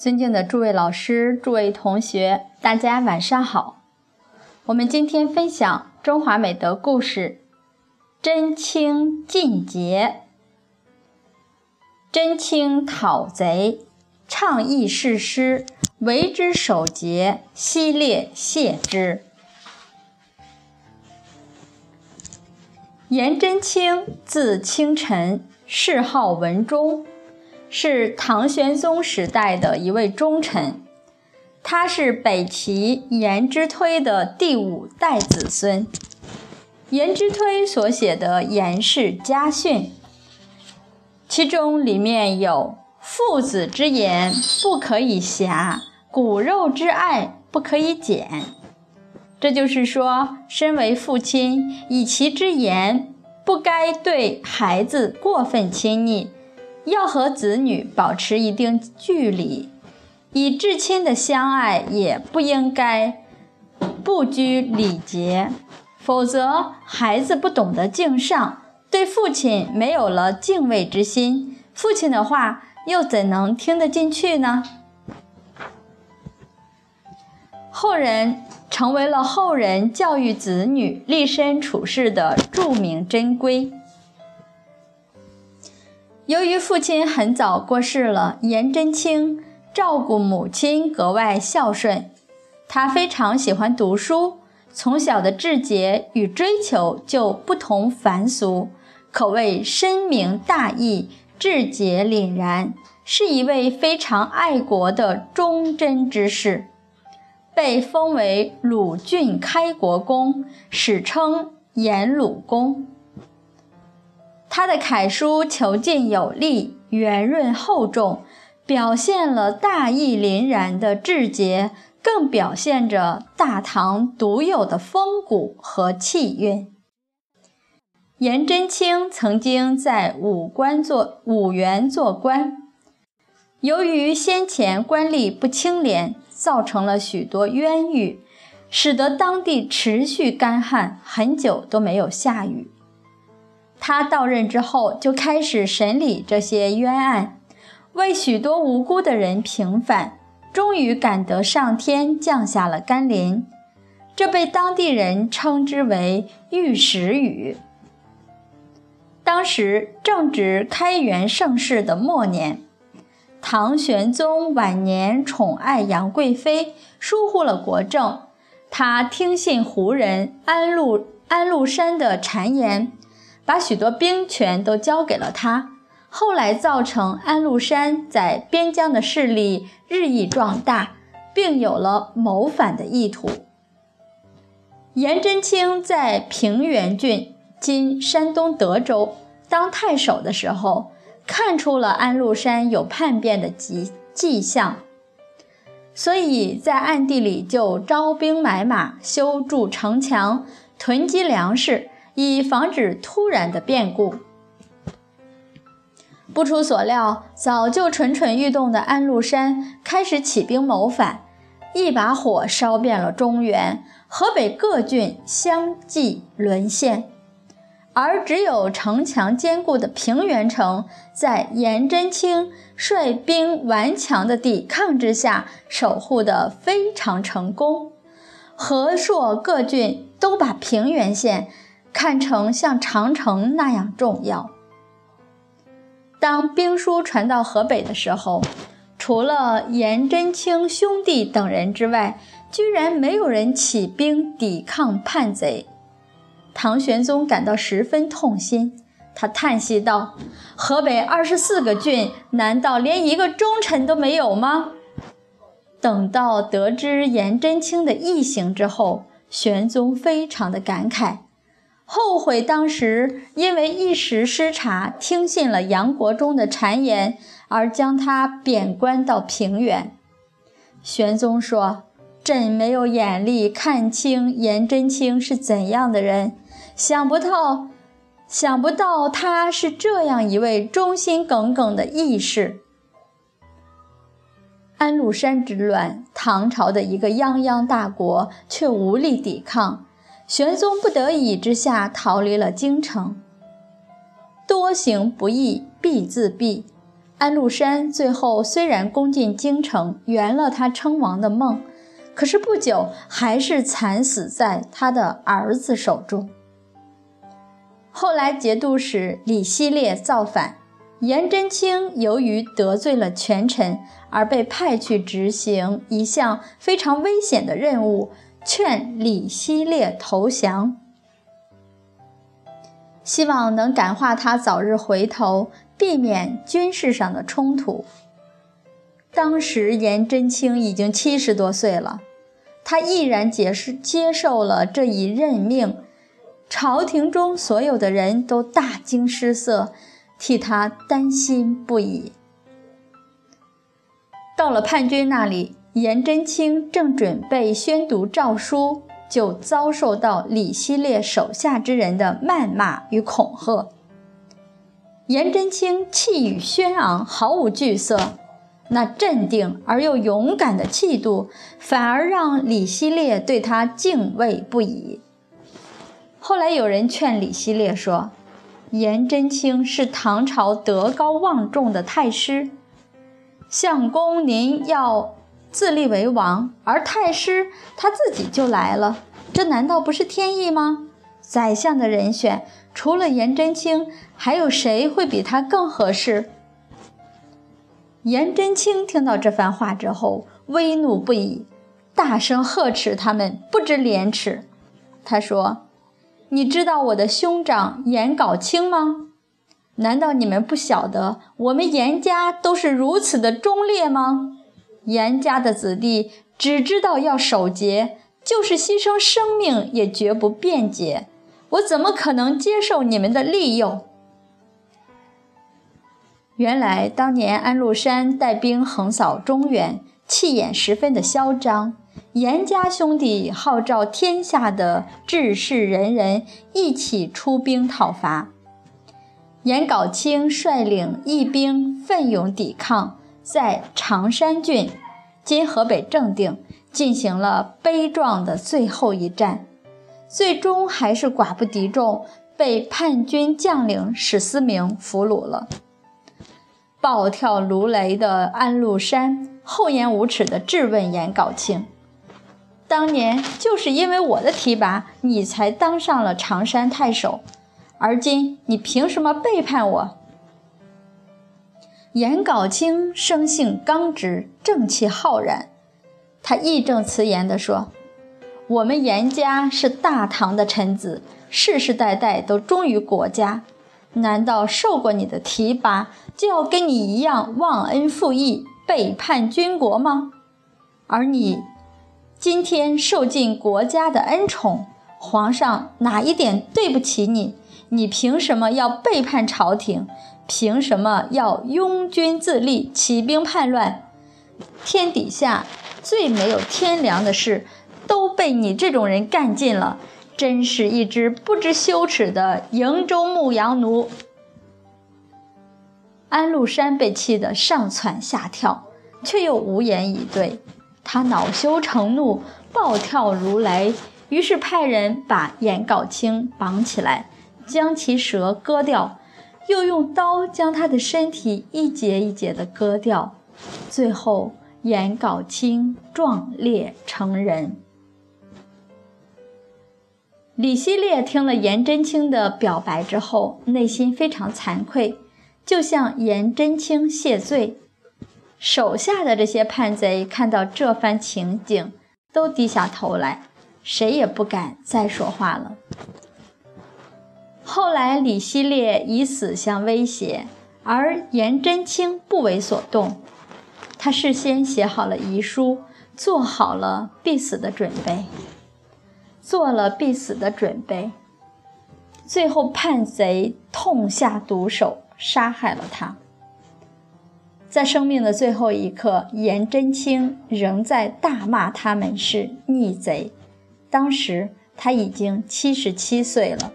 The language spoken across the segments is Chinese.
尊敬的诸位老师、诸位同学，大家晚上好。我们今天分享中华美德故事真卿进节。真卿讨贼，倡议誓师，为之守节，西烈谢之。颜真卿字清臣，谥号文忠，是唐玄宗时代的一位忠臣。他是北齐颜之推的第5代子孙。颜之推所写的《颜氏家训》，其中里面有父子之言不可以狭，骨肉之爱不可以减。这就是说，身为父亲，以其之言不该对孩子过分亲昵，要和子女保持一定距离，以至亲的相爱也不应该不拘礼节，否则孩子不懂得敬上，对父亲没有了敬畏之心，父亲的话又怎能听得进去呢？成为了后人教育子女立身处世的著名真规。由于父亲很早过世了，颜真卿照顾母亲格外孝顺。他非常喜欢读书，从小的志节与追求就不同凡俗，可谓深明大义，志节凛然，是一位非常爱国的忠贞之士，被封为鲁郡开国公，史称颜鲁公。他的楷书遒劲有力，圆润厚重，表现了大义凛然的志节，更表现着大唐独有的风骨和气韵。颜真卿曾经在五原做官，由于先前官吏不清廉，造成了许多冤狱，使得当地持续干旱，很久都没有下雨。他到任之后，就开始审理这些冤案，为许多无辜的人平反，终于感得上天降下了甘霖，这被当地人称之为玉石雨。当时正值开元盛世的末年，唐玄宗晚年宠爱杨贵妃，疏忽了国政。他听信胡人安禄山的谗言，把许多兵权都交给了他，后来造成安禄山在边疆的势力日益壮大，并有了谋反的意图。颜真卿在平原郡（今山东德州）当太守的时候，看出了安禄山有叛变的迹象，所以在暗地里就招兵买马，修筑城墙，囤积粮食，以防止突然的变故。不出所料，早就蠢蠢欲动的安禄山开始起兵谋反，一把火烧遍了中原，河北各郡相继沦陷，而只有城墙坚固的平原城，在颜真卿率兵顽强的抵抗之下，守护得非常成功。河朔各郡都把平原县看成像长城那样重要。当兵书传到河北的时候，除了颜真卿兄弟等人之外，居然没有人起兵抵抗叛贼。唐玄宗感到十分痛心，他叹息道：河北24个郡，难道连一个忠臣都没有吗？等到得知颜真卿的异行之后，玄宗非常的感慨，后悔当时因为一时失察，听信了杨国忠的谗言，而将他贬官到平原。玄宗说：朕没有眼力看清颜真卿是怎样的人，想不到他是这样一位忠心耿耿的义士。安禄山之乱，唐朝的一个泱泱大国却无力抵抗，玄宗不得已之下逃离了京城。多行不义必自毙， 安禄山最后虽然攻进京城，圆了他称王的梦，可是不久还是惨死在他的儿子手中。后来节度使李希烈造反，颜真卿由于得罪了权臣，而被派去执行一项非常危险的任务，劝李希烈投降，希望能感化他早日回头，避免军事上的冲突。当时颜真卿已经70多岁了，他毅然接受了这一任命，朝廷中所有的人都大惊失色，替他担心不已。到了叛军那里，颜真卿正准备宣读诏书，就遭受到李希烈手下之人的谩骂与恐吓。颜真卿气宇轩昂，毫无惧色，那镇定而又勇敢的气度，反而让李希烈对他敬畏不已。后来有人劝李希烈说，颜真卿是唐朝德高望重的太师，相公您要自立为王，而太师他自己就来了，这难道不是天意吗？宰相的人选除了颜真卿，还有谁会比他更合适？颜真卿听到这番话之后，威怒不已，大声呵斥他们不知廉耻。他说，你知道我的兄长颜杲卿吗？难道你们不晓得我们颜家都是如此的忠烈吗？颜家的子弟只知道要守节，就是牺牲生命也绝不辩解，我怎么可能接受你们的利诱？原来当年安禄山带兵横扫中原，气焰十分的嚣张，颜家兄弟号召天下的志士仁人一起出兵讨伐。颜杲卿率领义兵奋勇抵抗，在常山郡（今河北正定）进行了悲壮的最后一战，最终还是寡不敌众，被叛军将领史思明俘虏了。暴跳如雷的安禄山厚颜无耻地质问颜杲卿，当年就是因为我的提拔，你才当上了常山太守，而今你凭什么背叛我？颜杲卿生性刚直，正气浩然，他义正辞严地说，我们颜家是大唐的臣子，世世代代都忠于国家，难道受过你的提拔，就要跟你一样忘恩负义，背叛军国吗？而你今天受尽国家的恩宠，皇上哪一点对不起你？你凭什么要背叛朝廷？凭什么要拥军自立，起兵叛乱？天底下最没有天良的事，都被你这种人干尽了，真是一只不知羞耻的营州牧羊奴。安禄山被气得上蹿下跳，却又无言以对，他恼羞成怒，暴跳如雷，于是派人把颜杲卿绑起来，将其舌割掉，又用刀将他的身体一节一节地割掉，最后颜杲卿壮烈成人。李希烈听了颜真卿的表白之后，内心非常惭愧，就向颜真卿谢罪。手下的这些叛贼看到这番情景，都低下头来，谁也不敢再说话了。后来李希烈以死相威胁，而颜真卿不为所动，他事先写好了遗书，做好了必死的准备。最后叛贼痛下毒手，杀害了他。在生命的最后一刻，颜真卿仍在大骂他们是逆贼，当时他已经77岁了。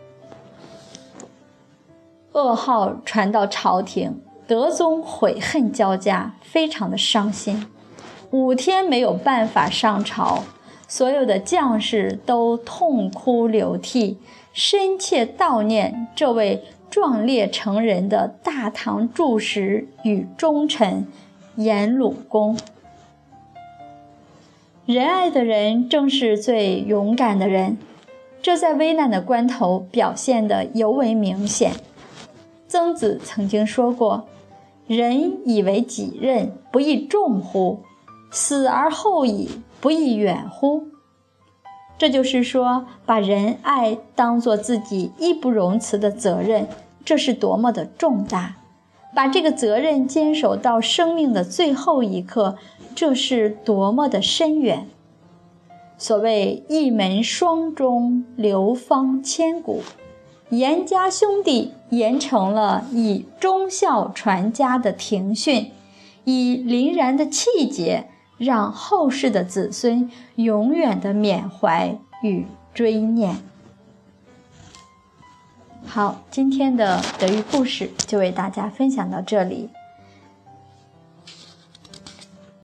噩耗传到朝廷，德宗悔恨交加，非常的伤心，5天没有办法上朝，所有的将士都痛哭流涕，深切悼念这位壮烈成人的大唐柱石与忠臣颜鲁公。仁爱的人正是最勇敢的人，这在危难的关头表现得尤为明显。曾子曾经说过，人以为己任，不亦重乎？死而后已，不亦远乎？这就是说，把仁爱当作自己义不容辞的责任，这是多么的重大；把这个责任坚守到生命的最后一刻，这是多么的深远。所谓一门双忠，流芳千古，颜家兄弟严成了以忠孝传家的庭训，以凛然的气节让后世的子孙永远的缅怀与追念。好，今天的德育故事就为大家分享到这里。